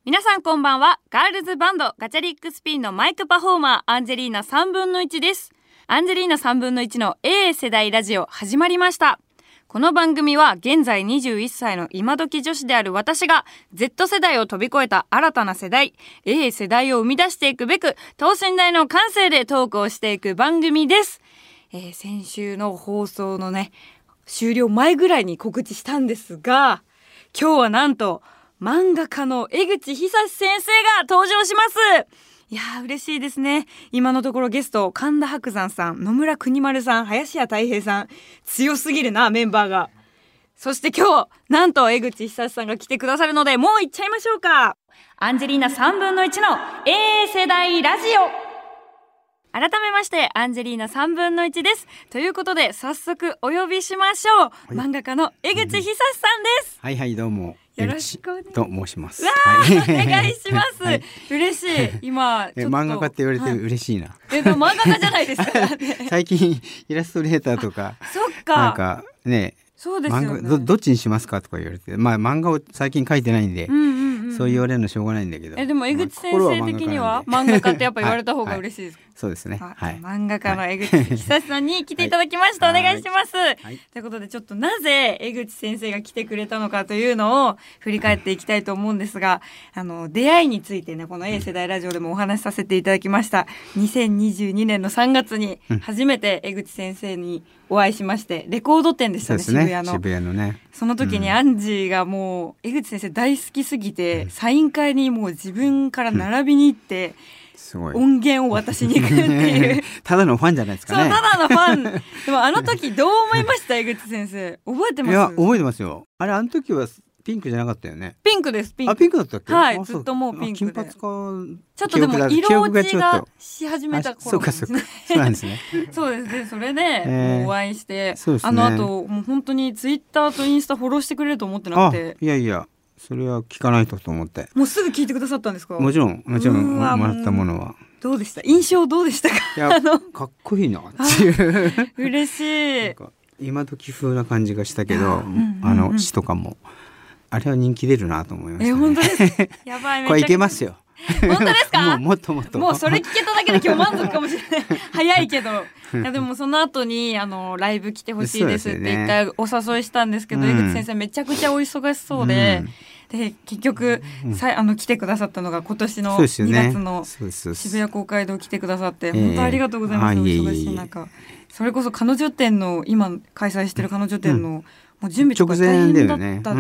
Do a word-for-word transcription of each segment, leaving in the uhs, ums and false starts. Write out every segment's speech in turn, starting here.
皆さんこんばんは。ガールズバンドガチャリックスピンのマイクパフォーマーアンジェリーナさんぶんのいちです。アンジェリーナさんぶんのいちの エー 世代ラジオ始まりました。この番組は現在にじゅういっさいの今時女子である私が Z 世代を飛び越えた新たな世代 エー 世代を生み出していくべく等身大の感性でトークをしていく番組です。えー、先週の放送のね終了前ぐらいに告知したんですが、今日はなんと漫画家の江口久志先生が登場します。いやー嬉しいですね。今のところゲスト神田伯山さん、野村国丸さん、林家たい平さん、強すぎるなメンバーが。そして今日なんと江口久志さんが来てくださるので、もう行っちゃいましょうか。アンジェリーナさんぶんのいちの エー 世代ラジオ。改めましてアンジェリーナさんぶんのいちです。ということで早速お呼びしましょう、はい、漫画家の江口久志さんです。 はいはい、どうもよろしくお願いと申します。 わー、はい、お願いします、はい、嬉しい。今ちょっと漫画家って言われて嬉しいな、はい、 えでも漫画家じゃないですか最近イラストレーターとかそっかなんかね、 そうですよね、 漫画 ど, どっちにしますかとか言われて、まあ漫画を最近描いてないんで、うんうんうん、そう言われるのしょうがないんだけど、 えでも江口先生的には漫画家ってやっぱ言われた方が嬉しいですか？ はいはい、そうですね、 はい、漫画家の江口久志さんに来ていただきました、はい、お願いします、はい、ということでちょっとなぜ江口先生が来てくれたのかというのを振り返っていきたいと思うんですが、あの出会いについてね、この A 世代ラジオでもお話しさせていただきました。にせんにじゅうにねんのさんがつに初めて江口先生にお会いしまして、レコード店でしたね、 そうですね、 渋谷の渋谷のね。 その時にアンジーがもう江口先生大好きすぎて、うん、サイン会にもう自分から並びに行って、うんすごい音源を渡しに行くっていうただのファンじゃないですかね。 そう、ただのファンでもあの時どう思いました江口先生、覚えてます？ いや覚えてますよ。あれあの時はピンクじゃなかったよね。 ピンクです。ピンク。 あ、ピンクだったっけ？ はい、ずっともうピンクで。 金髪か。ちょっとでも色落ちがし始めた頃ですね。 そうなんですね。 そうですね。それで、えー、もうお会いして、 そうですね、 あの後もう本当にツイッターとインスタフォローしてくれると思ってなくて。 いやいや、それは聞かないとと思って。 もうすぐ聞いてくださったんですか？ もちろん、もちろんもらったものは。 どうでした？印象どうでしたか？ いや、あのかっこいいなっていう嬉しい。 なんか今時風な感じがしたけど、うんうんうん、あの詩とかもあれは人気出るなと思いましたね。 え、本当ですやばい、 これいけますよ。 本当ですか？ もうもっともっともうそれ聞けただけで今日満足かもしれない早いけどいやでもその後にあのライブ来てほしいですって一回お誘いしたんですけど、うん、江口先生めちゃくちゃお忙しそうで、うん、で結局、うん、さあの来てくださったのが今年のにがつの渋谷公会堂来てくださって、本当ありがとうございます、えー、お忙しい中。それこそ彼女展の今開催してる彼女展の、うんもう準備とか大変だったですよね。うん、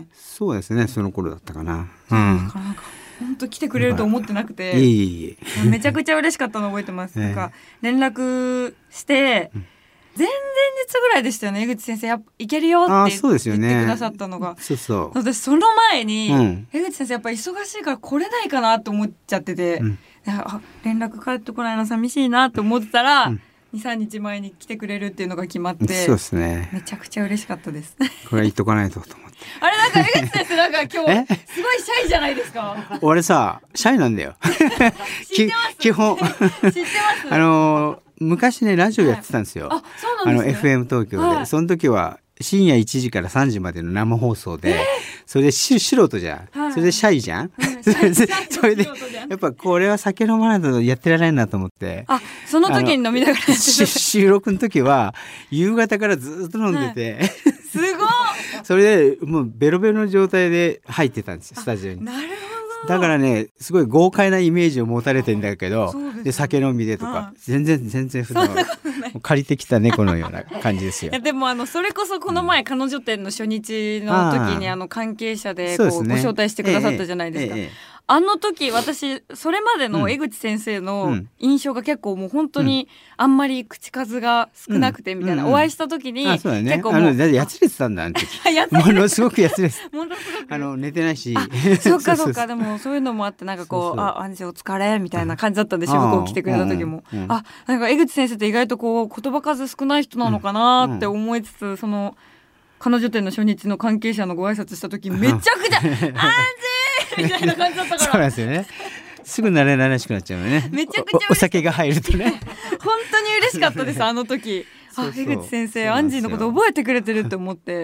そうですね、その頃だったかな。 うん、なんか本当来てくれると思ってなくて、 いいいいめちゃくちゃ嬉しかったの覚えてます。なんか連絡して前々日ぐらいでしたよね、江口先生やっぱいけるよって言ってくださったのが。 そうそう。 私その前に、うん、江口先生やっぱ忙しいから来れないかなと思っちゃってて、うん、あ連絡返ってこないの寂しいなと思ってたら、うんにさんにちまえに来てくれるっていうのが決まって、 そうですね、 めちゃくちゃ嬉しかったですこれ言っとかないとと思ってあれなんか江口先生なんか今日すごいシャイじゃないですか？ 俺さシャイなんだよ知ってます基本知ってますあの昔ねラジオやってたんですよ、はい、あ、そうなんですね、あの エフエム 東京で、はい、その時は深夜いちじからさんじまでの生放送で、えー、それで素人じゃん、はい、それでシャイじゃん、はい、それでやっぱこれは酒飲まないとやってられないなと思って、 あ、その時に飲みながらやってた収録の時は夕方からずっと飲んでて、はい、 すごいそれでもうベロベロの状態で入ってたんですよスタジオに。 なるほど。 だからねすごい豪快なイメージを持たれてんだけど、で、ね、で酒飲みでとか、はい、全然全然普段借りてきた猫のような感じですよ。 いやでもあのそれこそこの前、うん、彼女展の初日の時にあの関係者でこう、ね、ご招待してくださったじゃないですか、ええええ、あの時私それまでの江口先生の印象が結構もう本当にあんまり口数が少なくてみたいな、うんうん、お会いした時に、 あ、そうだね、 結構もうあのだってやつれてたんだあの時ものすごくやつれてものすごくあの寝てないし、 そうかそうかでもそういうのもあってなんかこうそうそう、あ、アンジェお疲れみたいな感じだったんでしょ、向こう来てくれた時も、うんうん、あ、なんか江口先生って意外とこう言葉数少ない人なのかなって思いつつ、うんうん、その彼女展の初日の関係者のご挨拶した時めちゃくちゃアンジェみたいな感じだったからそうなんですよね、すぐ慣れ慣れしくなっちゃうよね、 めちゃくちゃお, お酒が入るとね本当に嬉しかったですあの時。そうそう、あ、江口先生アンジーのこと覚えてくれてるって思って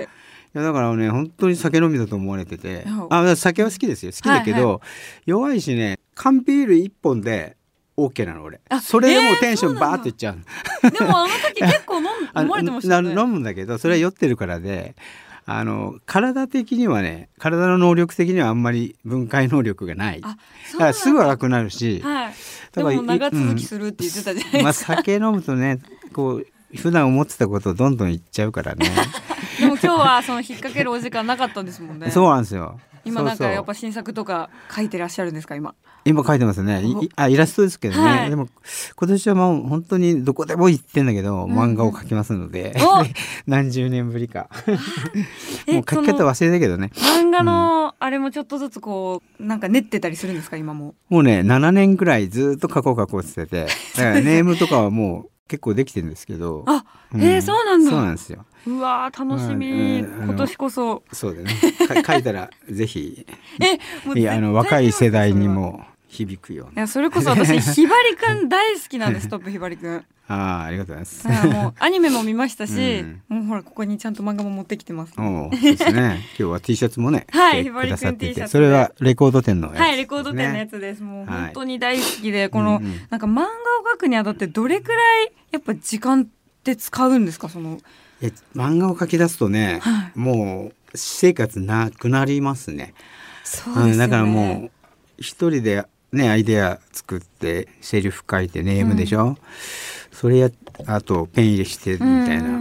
やだからね本当に酒飲みだと思われてて、あ酒は好きですよ好きだけど、はいはい、弱いしね缶ビール一本で OK なの俺。それでもうテンションバーっていっちゃう、 えー、でもあの時結構飲飲まれてましたね。 飲むんだけどそれは酔ってるからで、あの体的にはね体の能力的にはあんまり分解能力がない。あだからすぐ赤くなるし、 はい、でも長続きするって言ってたじゃないですか、 うんまあ、酒飲むとねこう普段思ってたことをどんどん言っちゃうからねでも今日はその引っ掛けるお時間なかったんですもんね。 そうなんですよ。 今なんかやっぱ新作とか書いてらっしゃるんですか今。 今書いてますね。あイラストですけどね、はい、でも今年はもう本当にどこでも行ってんだけど、うん、漫画を描きますので何十年ぶりかもう書き方忘れたけどね。 漫画のあれもちょっとずつこうなんか練ってたりするんですか今も。 もうねななねんくらいずっと書こう書こうって言っててだからネームとかはもう結構できてるんですけどあ、うん、えー、そうなんだ。 そうなんですよ。 うわ楽しみ、まあ、今年こそそうだね書いたらぜひえもういやあの若い世代にも響くような。 いやそれこそ私ひばりくん大好きなんですトップひばりくん。 あありがとうございます。 もうアニメも見ましたし、うん、もうほらここにちゃんと漫画も持ってきてます、 ね、おそうですね今日は T シャツもねはいひばりくん T シャツそれはレコード店のやつですね。 はいレコード店のやつです。もう本当に大好きで、はい、この、うんうん、なんか漫画を描くにあたってどれくらいやっぱ時間って使うんですかその。 いや漫画を描き出すとね、はい、もう私生活なくなりますね。 そうですよね、うん、 だからもう一人でねアイデア作ってセリフ書いてネームでしょ、うん、それやあとペン入れしてみたいな、うんうんうん、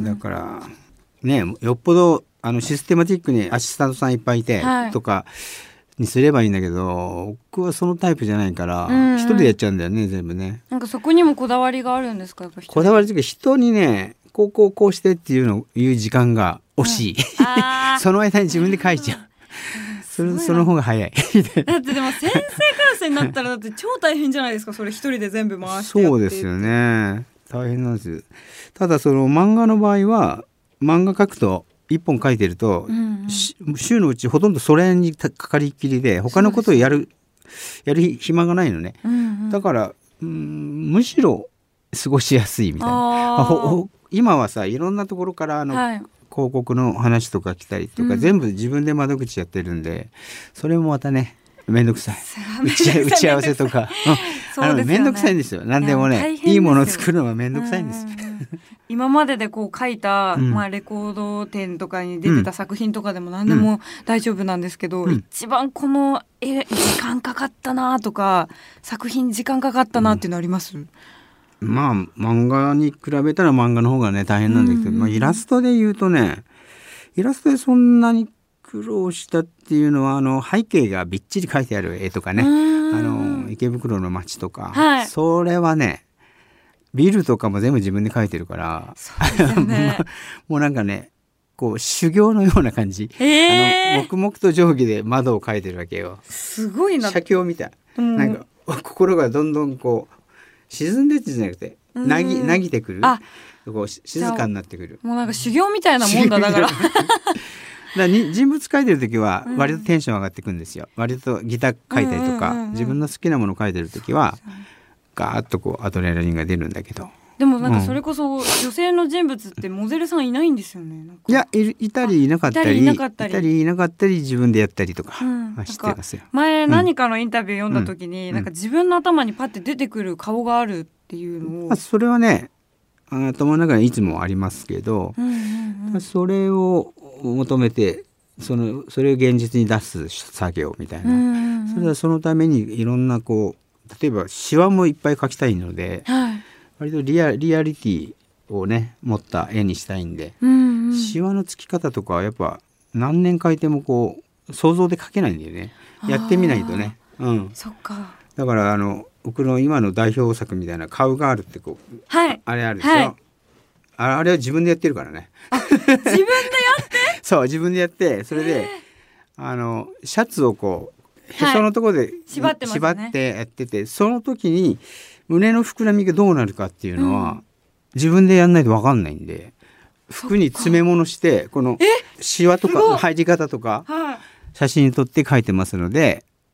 だからねよっぽどあのシステマティックにアシスタントさんいっぱいいて、はい、とかにすればいいんだけど僕はそのタイプじゃないから、うんうん、一人でやっちゃうんだよね全部ね。 なんかそこにもこだわりがあるんですか。やっぱこだわりというか人にねこうこうこうしてっていうのを言う時間が惜しい、うん、その間に自分で書いちゃうそ, れその方が早いだってでも先生クラスになったらだって超大変じゃないですかそれ一人で全部回してやって。 そうですよね大変なんです。ただその漫画の場合は漫画描くと一本描いてると、うんうん、週のうちほとんどそれにかかりっきりで他のことをやるやる暇がないのね、うんうん、だからうんむしろ過ごしやすいみたいな。ほほ今はさいろんなところからあの、はい、広告の話とか来たりとか、うん、全部自分で窓口やってるんでそれもまたねめんどくさい打ち、打ち合わせとかめんどくさいんですよ。何でもねいいものを作るのはめんどくさいんです。 今まででこう書いた、うんまあ、レコード店とかに出てた作品とかでも何でも大丈夫なんですけど、うん、一番このえ時間かかったなとか作品時間かかったなっていうのあります？うんまあ漫画に比べたら漫画の方がね大変なんですけど、うんうんまあ、イラストで言うとねイラストでそんなに苦労したっていうのはあの背景がびっちり描いてある絵とかねあの池袋の街とか、はい、それはねビルとかも全部自分で描いてるからそうですよねもうなんかねこう修行のような感じ、えー、あの黙々と定規で窓を描いてるわけよ。 すごいな。 写経みたい、うん、なんか心がどんどんこう沈んでってじゃなくてなぎ、なぎてくるあこう静かになってくる。 もうなんか修行みたいなもんだだからだからに人物描いてる時は割とテンション上がってくるんですよ。割とギター描いたりとか、うんうんうんうん、自分の好きなもの描いてる時はガーッとこうアドレナリンが出るんだけどでもなんかそれこそ女性の人物ってモデルさんいないんですよね。なんかいや い, いたりいなかったりいたりいなかったりいたりいなかったり自分でやったりとか、うん、知ってますよ。 前何かのインタビュー読んだ時に、うん、なんか自分の頭にパッて出てくる顔があるっていうのを、 まあ、それはね頭の中にいつもありますけど、うんうんうん、それを求めてそのそれを現実に出す作業みたいな、うんうんうん、それはそのためにいろんなこう例えばシワもいっぱい描きたいので、はい、割とリア、リアリティをね持った絵にしたいんで、うんうん、シワのつき方とかはやっぱ何年描いてもこう想像で描けないんだよね。やってみないとね、うん、 そっか。だからあの僕の今の代表作みたいなカウガールってこう、はい、あれあるでしょ、はい、あ, あれは自分でやってるからね。 自分でやってそう自分でやってそれであのシャツをこうへそのところで、はい、 縛ってますね、 縛ってやっててその時に胸の膨らみがどうなるかっていうのは、うん、自分でやんないと分かんないんで服に詰め物してこのシワとか入り方とか写真に撮って描いてますので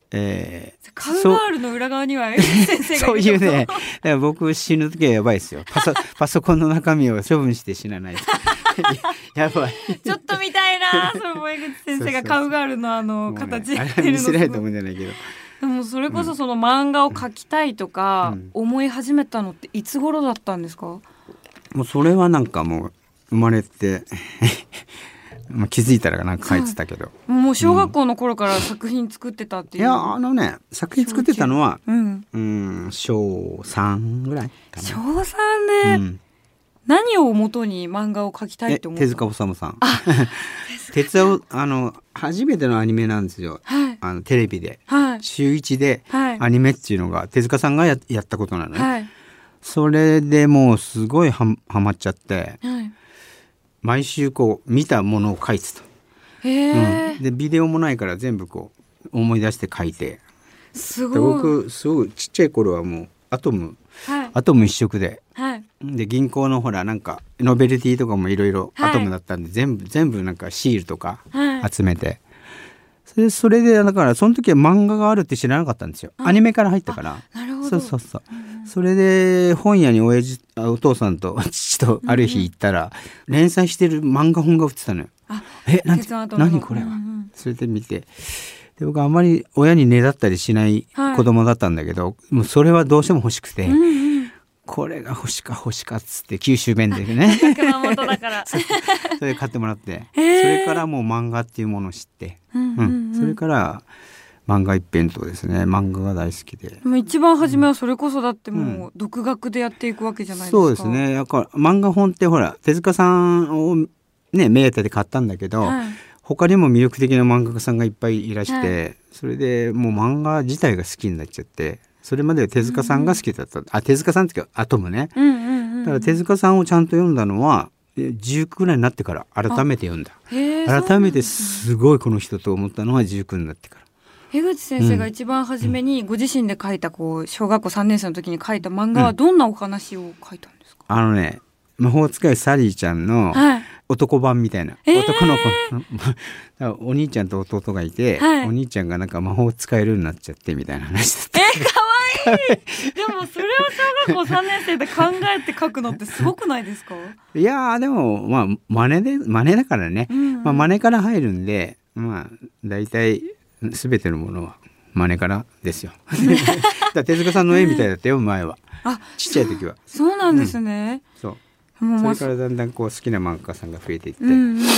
えー、カウガールの裏側には江口先生がそういうね、だから僕死ぬ時はやばいですよ。パソパソコンの中身を処分して死なないとやばい。 ちょっと見たいな。それも江口先生がカウガールのあの形やってるの、ね、あれ見せられると思うんじゃないけど、 でもそれこそその漫画を描きたいとか思い始めたのっていつ頃だったんですか？ もうそれはなんかもう生まれてまあ気づいたらなんか書いてたけど、はい、 もう小学校の頃から作品作ってたっていう、 うん、いやあのね作品作ってたのは、うん、うん小さんぐらいかな。 小さんで、うん、何を元に漫画を描きたいって思った？手塚治虫さん。鉄をあの初めてのアニメなんですよ、はい、あのテレビで、はい、週一でアニメっていうのが手塚さんが や, やったことなのね、はい、それでもうすごい は, はまっちゃって、はい、毎週こう見たものを書いてた。へ、うん、でビデオもないから全部こう思い出して書いて。 すごい。 僕すごいちっちゃい頃はもうアトム、はい、アトム一色で、はい、で銀行のほらなんかノベルティとかもいろいろアトムだったんで、はい、全部全部なんかシールとか集めて、はい、それそれでだからその時は漫画があるって知らなかったんですよ。アニメから入ったから。 なるほど。 そうそうそう、うん、それで本屋に親父お父さんと父とある日行ったら、うん、連載してる漫画本が売ってたのよ。えなんて何これは、うんうん、それで見て、で僕あんまり親にねだったりしない子供だったんだけど、はい、もうそれはどうしても欲しくて、うんうん、これが欲しか欲しかっつって九州弁でね熊本だからそ, それで買ってもらって、それからもう漫画っていうものを知って、うんうんうん、それから漫画一辺倒ですね。漫画が大好きで、 もう一番初めはそれこそだってもう独学でやっていくわけじゃないですか、 うん、そうですね。だから漫画本ってほら手塚さんをね目当てで買ったんだけど、はい、他にも魅力的な漫画家さんがいっぱいいらして、はい、それでもう漫画自体が好きになっちゃって、それまでは手塚さんが好きだった、うん、あ手塚さんっていうかアトムね、うんうんうんうん、だから手塚さんをちゃんと読んだのはじゅうきゅうぐらいになってから改めて読んだ。改めてすごいこの人と思ったのはじゅうきゅうになってから。 江口先生が一番初めにご自身で書いたこう小学校さんねん生の時に書いた漫画はどんなお話を書いたんですか？ うん、あのね魔法使いサリーちゃんの男版みたいな、はい、男の子の、えー、お兄ちゃんと弟がいて、はい、お兄ちゃんがなんか魔法使えるようになっちゃってみたいな話だった。 えー、かわいいでもそれを小学校さんねん生で考えて書くのってすごくないですか？ いやでもまあ真似で真似だからね、うんうん、まあ、真似から入るんでまあ大体全てのものは真似からですよだ手塚さんの絵みたいだったよ前は。あちっちゃい時は。 そうなんですね、 うん、そうもうそれからだんだんこう好きな漫画家さんが増えていって、うんうんうんうん、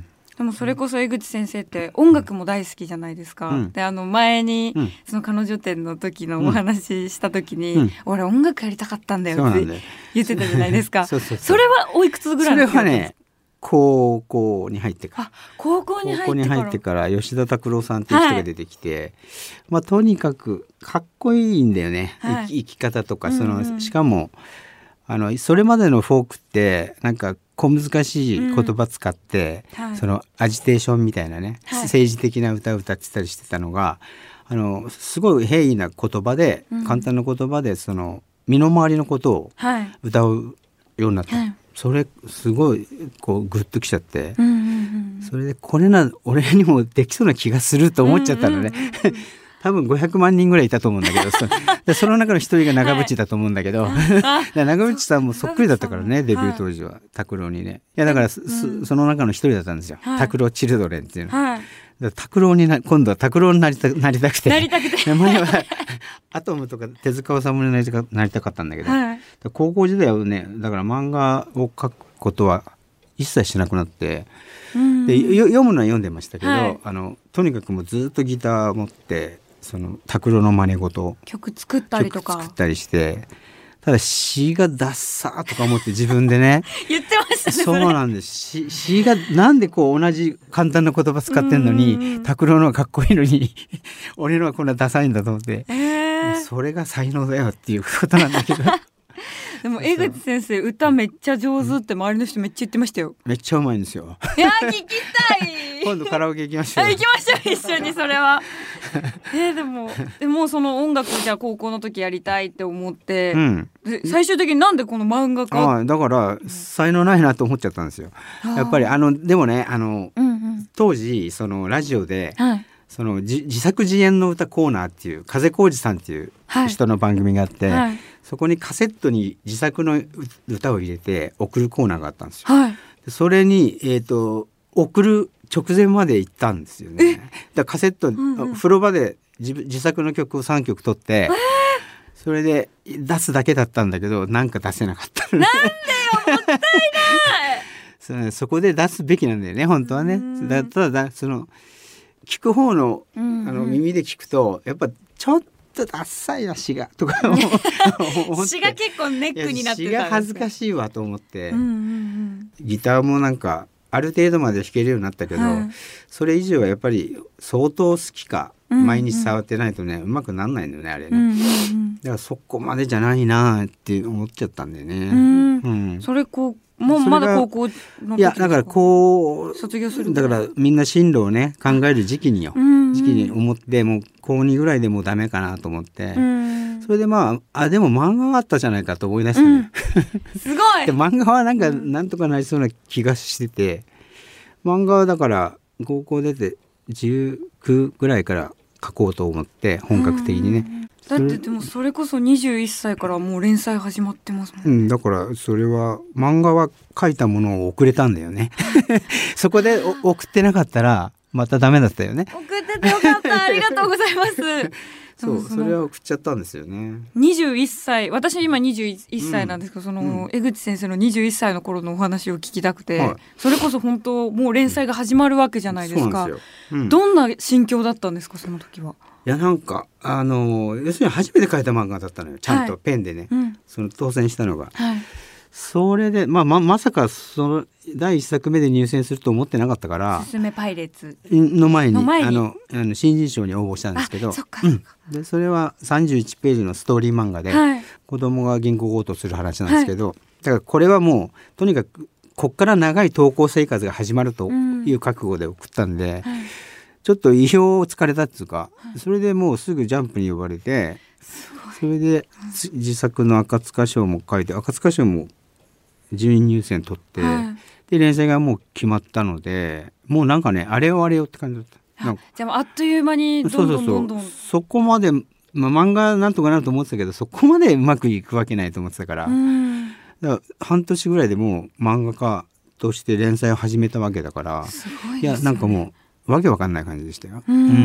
でもそれこそ江口先生って音楽も大好きじゃないですか、うん、であの前に、うん、その彼女展の時のお話しした時に、うん、俺音楽やりたかったんだよって言ってたじゃないですかそうそうそうそれはおいくつぐらいの時？ それはね高校に入ってから。 あ高校に入ってから。高校に入ってから吉田拓郎さんっていう人が出てきて、はい、まあとにかくかっこいいんだよね、はい、生, 生き方とかその、うんうん、しかもあのそれまでのフォークってなんか小難しい言葉使って、うんはい、そのアジテーションみたいなね、はい、政治的な歌を歌ってたりしてたのがあのすごい平易な言葉で、うん、簡単な言葉でその身の回りのことを歌うようになった、はい、それすごいこうグッときちゃって、うんうんうん、それでこれな俺にもできそうな気がすると思っちゃったのね、うんうんうんうん多分ごひゃくまんにんぐらいいたと思うんだけど そ, でその中の一人が長渕だと思うんだけど、はい、長渕さんもそっくりだったからねデビュー当時は拓郎にね。いやだから、うん、その中の一人だったんですよ拓郎、はい、チルドレンっていうの、はい、拓郎にな今度は拓郎になり た, なりたくてなりたくて前はアトムとか手塚治虫になりたかなりたかったんだけど、はい、高校時代はねだから漫画を描くことは一切しなくなって、うん、で読むのは読んでましたけど、はい、あのとにかくもうずっとギター持ってその拓郎の真似事曲作ったりとか曲作ったりして、ただ詩がダッサーとか思って自分でね言ってましたね。 そうなんです。詩がなんでこう同じ簡単な言葉使ってんのに拓郎のはかっこいいのに俺のはこんなダサいんだと思って、えー、それが才能だよっていうことなんだけどでも江口先生歌めっちゃ上手って周りの人めっちゃ言ってましたよ。 めっちゃうまいんですよ。 いや聞きたい今度カラオケ行きましょう。 行きましょう一緒にそれはえー、でもでもその音楽じゃあ高校の時やりたいって思って、うん、で最終的になんでこの漫画家あだから才能ないなと思っちゃったんですよ。やっぱりあのでもねあの、うんうん、当時そのラジオで、はいその自作自演の歌コーナーっていう風浩二さんっていう人の番組があって、はいはい、そこにカセットに自作の歌を入れて送るコーナーがあったんですよ、はい、でそれに、えーと、送る直前まで行ったんですよね。だからカセット、うんうん、風呂場で 自, 自作の曲をさんきょく取って、えー、それで出すだけだったんだけどなんか出せなかった。 なんでよ、もったいないそ, そこで出すべきなんだよね本当はね。だただその聞く方 の, あの耳で聞くとやっぱちょっとダッサいな詩がとか思って詩が結構ネックになってたんですか。詩が恥ずかしいわと思って、うんうんうん、ギターもなんかある程度まで弾けるようになったけど、はい、それ以上はやっぱり相当好きか、うんうん、毎日触ってないとねうまくなんないんだよねあれね、うんうんうん、だからそこまでじゃないなって思っちゃったんだよね、うんうん、それこうもうまだ高校の時ですか。 いやだからこう卒業するだからみんな進路をね考える時期によ、うんうん、時期に思ってもう高にぐらいでもうダメかなと思って、うん、それでまああでも漫画があったじゃないかと思い出してね、 うん、すごいで漫画はなんかなんとかなりそうな気がしてて、漫画はだから高校出てじゅうきゅうぐらいから書こうと思って本格的にね、うんだってでもそれこそにじゅういっさいからもう連載始まってますもん、 うん、だからそれは漫画は書いたものを送れたんだよねそこで送ってなかったらまたダメだったよね。 送っててよかったありがとうございますそうそれは送っちゃったんですよね。 にじゅういっさい私今にじゅういっさいなんですけど、うん、その、うん、江口先生のにじゅういっさいの頃のお話を聞きたくて、はい、それこそ本当もう連載が始まるわけじゃないですか、うんそうなんですよ、うん、どんな心境だったんですかその時は。 いやなんかあの要するに初めて書いた漫画だったのよちゃんとペンでね、はいうん、その当選したのが、はい、それで、まあ、ま, まさかそのだいいっさくめで入選すると思ってなかったからすすめパイレーツの前 に, の前にあのあの新人賞に応募したんですけどそ, っかそ, っか、 うん、でそれはさんじゅういちページのストーリー漫画で、はい、子供が銀行強盗する話なんですけど、はい、だからこれはもうとにかくこっから長い登校生活が始まるという覚悟で送ったんで、うんはいちょっと意表をつかれたっていうか、はい、それでもうすぐジャンプに呼ばれてそれで、うん、自作の赤塚賞も書いて赤塚賞も準入選取って、はい、で連載がもう決まったのでもうなんかねあれよあれよって感じだった。なんかじゃああっという間にどんどんどんどんそうそうそうそこまで、まあ、漫画なんとかなると思ってたけどそこまでうまくいくわけないと思ってたから、うん、だから半年ぐらいでもう漫画家として連載を始めたわけだからすごいですね。 いやなんかもうわけわかんない感じでしたよ、 うんうん、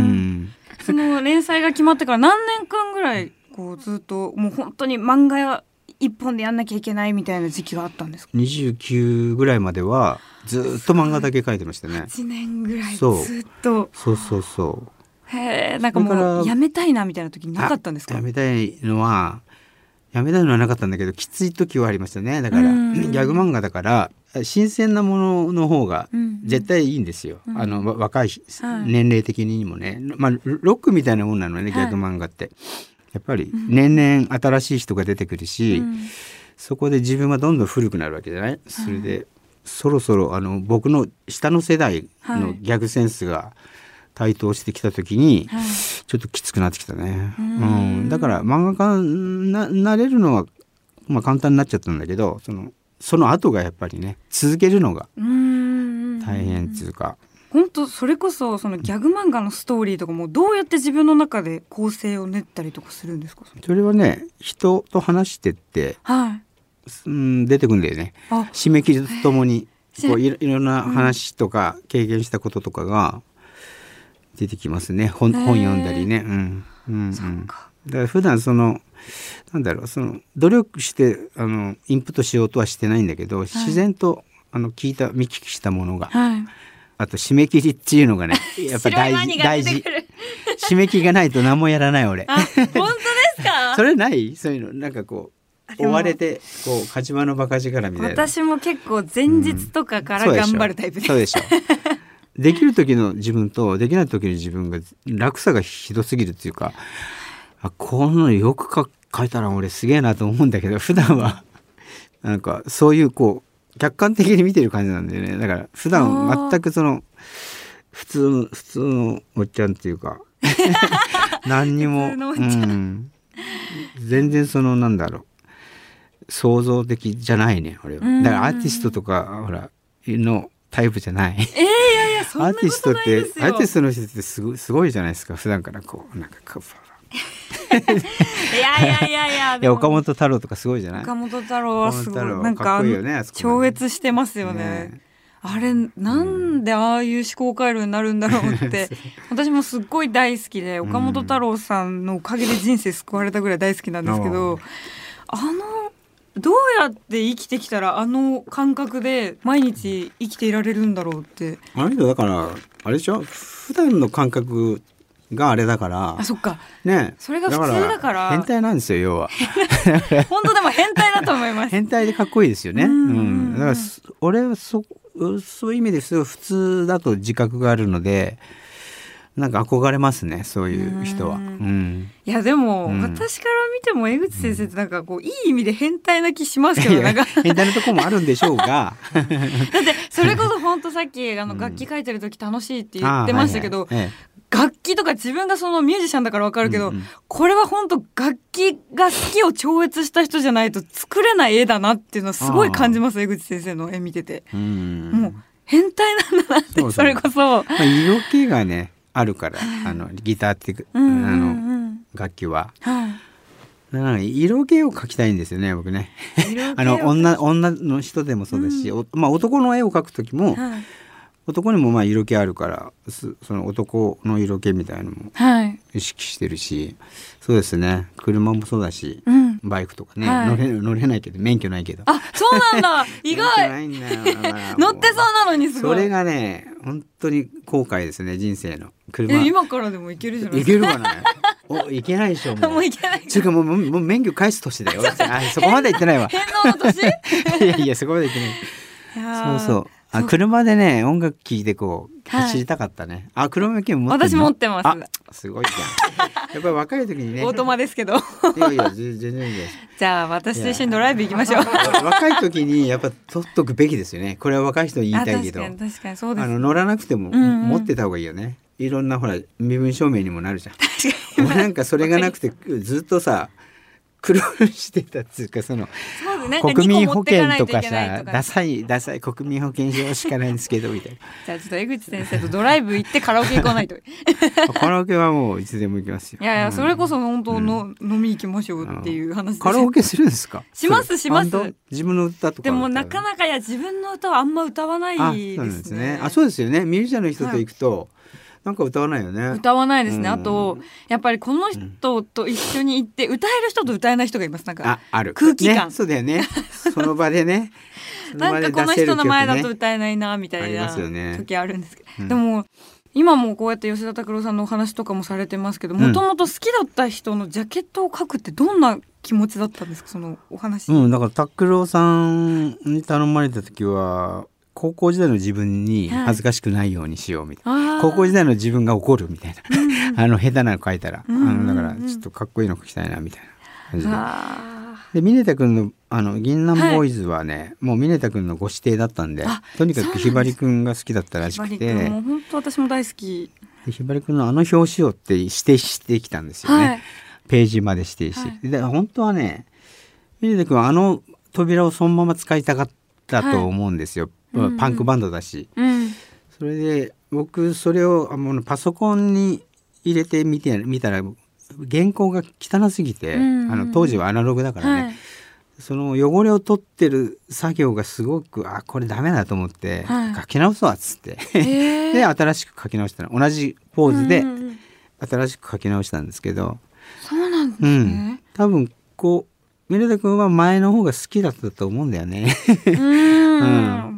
その連載が決まってから何年間ぐらいこうずっともう本当に漫画一本でやんなきゃいけないみたいな時期があったんですか。 にじゅうきゅうぐらいまではずっと漫画だけ描いてましたね。 はちねんぐらいずっとそうそうそうへえなんかもうやめたいなみたいな時になかったんですか。 やめたいのはやめたいのはなかったんだけどきつい時はありましたね。だからギャグ漫画だから新鮮なものの方が絶対いいんですよ、うんうん、あの若い年齢的にもね、まあ、ロックみたいなもんなのね、はい、ギャグ漫画ってやっぱり年々新しい人が出てくるし、うん、そこで自分はどんどん古くなるわけじゃない、それで、うん、そろそろあの僕の下の世代のギャグセンスが台頭してきた時に、はい、ちょっときつくなってきたね、うんうん、だから漫画家に な, なれるのは、まあ、簡単になっちゃったんだけどそのその後がやっぱりね続けるのが大変っていうか本当それこそそのギャグ漫画のストーリーとかもどうやって自分の中で構成を練ったりとかするんですか。 それはね人と話してって、はいうん、出てくるんだよね。締め切りとともにこう い, ろいろな話とか経験したこととかが出てきますね。 本, 本読んだりね、うんうんうん、そっか。だから普段そのなんだろうその努力してあのインプットしようとはしてないんだけど、はい、自然とあの聞いた見聞きしたものが、はい、あと締め切りっていうのがねやっぱ大事大事締め切りがないと何もやらない俺。 あ本当ですかそれないそういうのなんかこう追われてこう火事場のバカ力みたいな。 私も結構前日とかから頑張るタイプです、 うん、そうでしょできる時の自分とできない時の自分が落差がひどすぎるっていうかあこんなのよく書いたら俺すげえなと思うんだけど普段はなんかそういうこう客観的に見てる感じなんだよね。だから普段全くその普通の普通のおっちゃんっていうか何にも、うん、全然そのなんだろう創造的じゃないね俺は。だからアーティストとかほらのタイプじゃない。 えー、いやいやそんなことないですよ。 アーティストってアーティストの人ってすごい、すごいじゃないですか。普段からこうなんかこういやいやいやいやいや岡本太郎とかすごいじゃない。 岡本太郎はすごいなんかかっこいいよね、あそこね超越してますよね。 ねあれなんでああいう思考回路になるんだろうって私もすっごい大好きで、岡本太郎さんのおかげで人生救われたぐらい大好きなんですけど、あのどうやって生きてきたらあの感覚で毎日生きていられるんだろうって。 あの人だからあれでしょ、普段の感覚があれだから。 あ、そっかね、 それが普通だから変態なんですよ要は本当でも変態だと思います変態でかっこいいですよね。うんうん、だから俺はそそういう意味ですごい普通だと自覚があるので、なんか憧れますねそういう人は。うん、 いやでも、うん、私から見ても江口先生ってなんかこういい意味で変態な気しますけど、なんか変態なところもあるんでしょうがだってそれこそ本当さっきあの楽器書いてる時楽しいって言ってましたけど、うんはいはいええ楽器とか自分がそのミュージシャンだから分かるけど、うんうん、これは本当楽器が好きを超越した人じゃないと作れない絵だなっていうのはすごい感じます。江口先生の絵見てて、うん、もう変態なんだなって。そうそう、それこそ、 まあ、色気がねあるからあのギターっていう、うんうんうん、あの楽器は、はい、だから色気を描きたいんですよね僕ねあの 女, 女の人でもそうだし、うんまあ、男の絵を描く時も、はい男にもまあ色気あるからその男の色気みたいなのも意識してるし、はい、そうですね車もそうだし、うん、バイクとかね、はい、乗れ、乗れないけど免許ないけど。 あそうなんだ意外ないんだよ乗ってそうなのにすごい。 それがね本当に後悔ですね人生の。車え今からでも行けるじゃないですか。 行けるかなお行けないでしょもう。 もう行けない。 ちゅうかもう、もう免許返す年だよあそこまで行ってないわ返納の年いやいやそこまで行ってない。そうそうあ車でね音楽聴いてこう走りたかったね、はい、あ車免許持ってるの。 私持ってます。 あすごいじゃんやっぱり若い時にねオートマですけどいやいや全然いいです。 じゃあ私と一緒にドライブ行きましょう若い時にやっぱ取っとくべきですよね。これは若い人に言いたいけど確かに確かにそうです。 あの乗らなくても持ってた方がいいよね、うんうん、いろんなほら身分証明にもなるじゃん。確かに俺なんかそれがなくてずっとさ苦労してたっていうかその国民保険とかさダサいダサい国民保険証しかないんですけどみたいなじゃあちょっと江口先生とドライブ行ってカラオケ行かないとカラオケはもういつでも行きますよ。 いやいやそれこそ本当の、うん、飲み行きましょうっていう話です。 カラオケするんですか。 しますします。 自分の歌とかでもなかなかいや自分の歌はあんま歌わないですね。 あ、そうですね。あ、そうですよね。ミュージシャンの人と行くと、はいなんか歌わないよね。 歌わないですね、うん、あとやっぱりこの人と一緒に行って歌える人と歌えない人がいます。なんかあある空気感、 ね、そうだよねその場でねなんかこの人の前だと歌えないなみたいな時あるんですけど、ねうん、でも今もこうやって吉田拓郎さんのお話とかもされてますけどもともと好きだった人のジャケットを描くってどんな気持ちだったんですかそのお話。 うん、だから拓郎さんに頼まれた時は高校時代の自分に恥ずかしくないようにしようみたいな、はい、高校時代の自分が怒るみたいな、うんうん、あの下手なの書いたら、うんうんうん、あのだからちょっとかっこいいの書きたいなみたいな感じで。で峰田君のあの銀杏ボーイズはね、はい、もう峰田君のご指定だったんでとにかくひばり君が好きだったらしくて、ひばり君も本当私も大好きでひばり君のあの表紙をって指定してきたんですよね、はい、ページまで指定して、はい、で本当はね峰田君はあの扉をそのまま使いたかったと思うんですよ、はいパンクバンドだし、うんうん、それで僕それをあのパソコンに入れてみてみたら原稿が汚すぎて、うんうん、あの当時はアナログだからね、はい、その汚れを取ってる作業がすごくあこれダメだと思って、はい、書き直そうっつってで新しく書き直したの同じポーズで新しく書き直したんですけど、 そうなんですね、うん、 多分こう峰田君は前の方が好きだったと思うんだよねうん、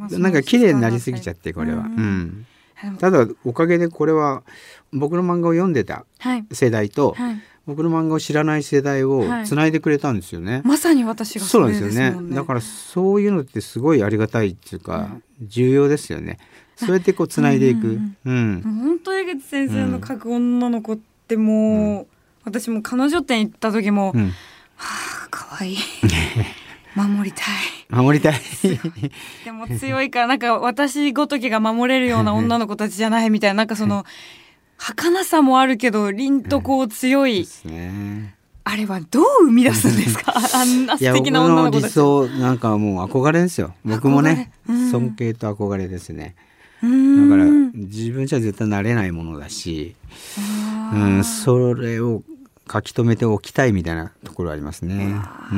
うん、なんか綺麗になりすぎちゃってこれは、うんうん、ただおかげでこれは僕の漫画を読んでた世代と、はいはい、僕の漫画を知らない世代をつないでくれたんですよね、はい、 まさに私がそれですもんね。 そうなんですよね。だからそういうのってすごいありがたいっていうか、うん、重要ですよね。そうやってこうつないでいく、うんうんうん、 本当江口先生の描く女の子ってもう、うん、私も彼女店行った時も、うんはあ、かわいい守りたい守りたいでも強いからなんか私ごときが守れるような女の子たちじゃないみたいななんかその儚さもあるけど凛とこう強い、ですね、あれはどう生み出すんですかあんな素敵な女の子たち。 いや僕の理想なんかもう憧れですよ僕もね、うん、尊敬と憧れですね。 だから自分じゃ絶対なれないものだし、うん、それを書き留めておきたいみたいなところありますね。うん、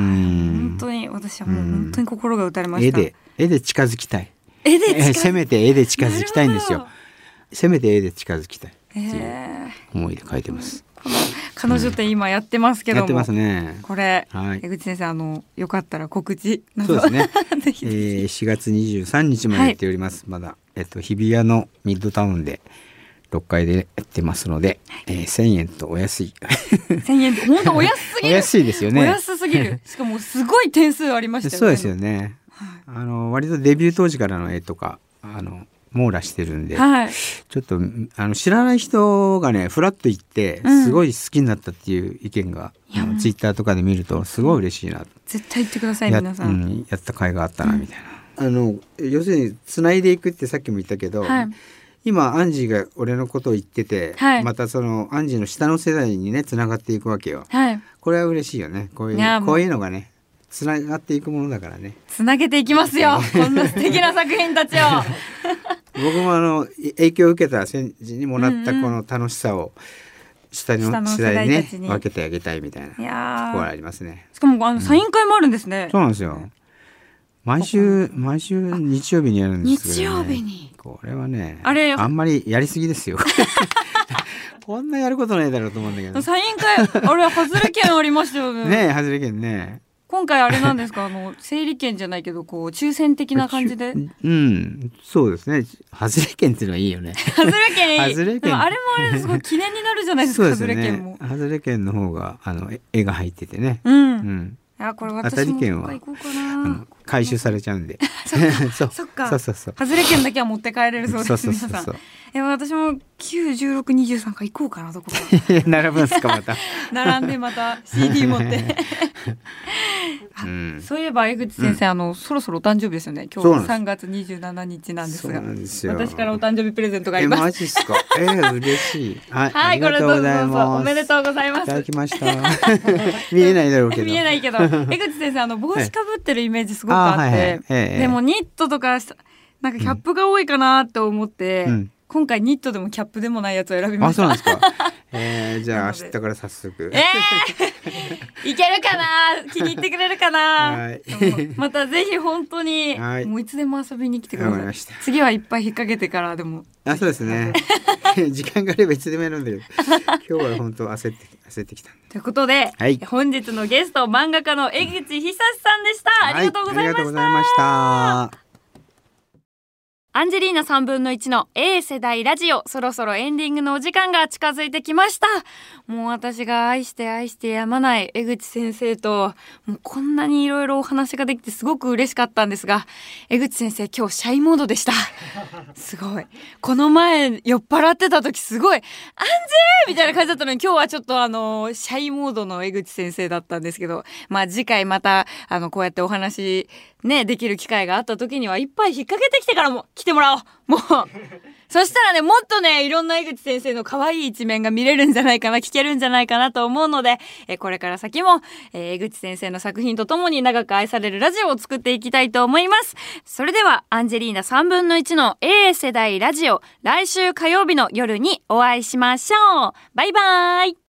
本当に私はもう本当に心が打たれました。 絵で絵で近づきたい。 絵で近づきせめて絵で近づきたいんですよ。せめて絵で近づきたいっていう思いで書いてます。 彼女って今やってますけども、 やってますね。 これ、はい、江口先生あのよかったら告知など。 そうですね。ぜひぜひえー、しがつにじゅうさんにちまでやっております。はい、まだえっと日比谷のミッドタウンでろっかいでやってますので、はい、えー、せんえんとお安い。 せんえんって本当お安すぎる。 お安いですよね。 お安すぎる。しかもすごい点数ありましたよね。 そうですよね。はい、あの割とデビュー当時からの絵とかあの網羅してるんで、はい、ちょっとあの知らない人がねフラッと行ってすごい好きになったっていう意見が、うん、ツイッターとかで見るとすごい嬉しいな。 絶対言ってください皆さん。 や、うん、やった甲斐があったなみたいな、うん、あの要するにつないでいくってさっきも言ったけど、はい、今アンジーが俺のことを言ってて、はい、またそのアンジーの下の世代にねつながっていくわけよ、はい、これは嬉しいよね。こういう、こういうのがねつながっていくものだからね。 つなげていきますよこんな素敵な作品たちを僕もあの影響を受けた先人にもらったこの楽しさを下の世代にね分けてあげたいみたいなところがありますね。 しかもあのサイン会もあるんですね、 うん、そうなんですよ。毎週毎週日曜日にやるんですけど、ね、 日曜日にこれはね あ, れあんまりやりすぎですよこんなやることないだろうと思うんだけど、 サイン会あれ外れ券ありましたよね。 ねえ外れ券ね。 今回あれなんですかあの整理券じゃないけどこう抽選的な感じで。 うんそうですね。外れ券っていうのはいいよね。 外れ券いい。 外れ券でもあれもあれですごい記念になるじゃないですか。 そうですね、 外れ券も外れ券の方があの絵が入っててね、 うん、うん、いやこれ私も行こうかな。 回収されちゃうんでそっかそっかそうそうそう。 外れ券だけは持って帰れるそうです。 そうそうそうそう。 いや私もきゅう、じゅうろく、にじゅうさんか行こうかな。どこか並ぶんですかまた並んでまた シーディー 持ってうん、そういえば江口先生、うん、あのそろそろお誕生日ですよね。今日さんがつにじゅうしちにちなんですが、 そうなんですよ。 私からお誕生日プレゼントがあります。 えマジっすか。えー、嬉しい。はい、 はい、ありがとうございます。おめでとうございます。 いただきました見えないだろうけど見えないけど江口先生あの帽子かぶってるイメージすごくあって、はいはいはいえー、でもニットとかなんかキャップが多いかなって思って、うん、今回ニットでもキャップでもないやつを選びました。 あ、そうなんですか。えー、じゃあ明日から早速えー、いけるかな。気に入ってくれるかな、はい、またぜひ本当に、はい、もういつでも遊びに来てください。次はいっぱい引っ掛けてからでも。 あ、そうですね時間があればいつでもやるんだけど今日は本当焦って焦ってきたということで、はい、本日のゲスト漫画家の江口久さんでした、はい、ありがとうございました。ありがとうございました。アンジェリーナさんぶんのいちの A 世代ラジオ、そろそろエンディングのお時間が近づいてきました。もう私が愛して愛してやまない江口先生ともうこんなにいろいろお話ができてすごく嬉しかったんですが、江口先生今日シャイモードでした。すごい。この前酔っ払ってた時すごいアンジェーみたいな感じだったのに、今日はちょっとあのシャイモードの江口先生だったんですけど、まあ次回またあのこうやってお話ねできる機会があった時にはいっぱい引っ掛けてきてからも来てもらおう。もうそしたらねもっとねいろんな江口先生の可愛い一面が見れるんじゃないかな、聞けるんじゃないかなと思うので、えこれから先も、えー、江口先生の作品とともに長く愛されるラジオを作っていきたいと思います。それではアンジェリーナさんぶんのいちの A 世代ラジオ、来週火曜日の夜にお会いしましょう。バイバーイ。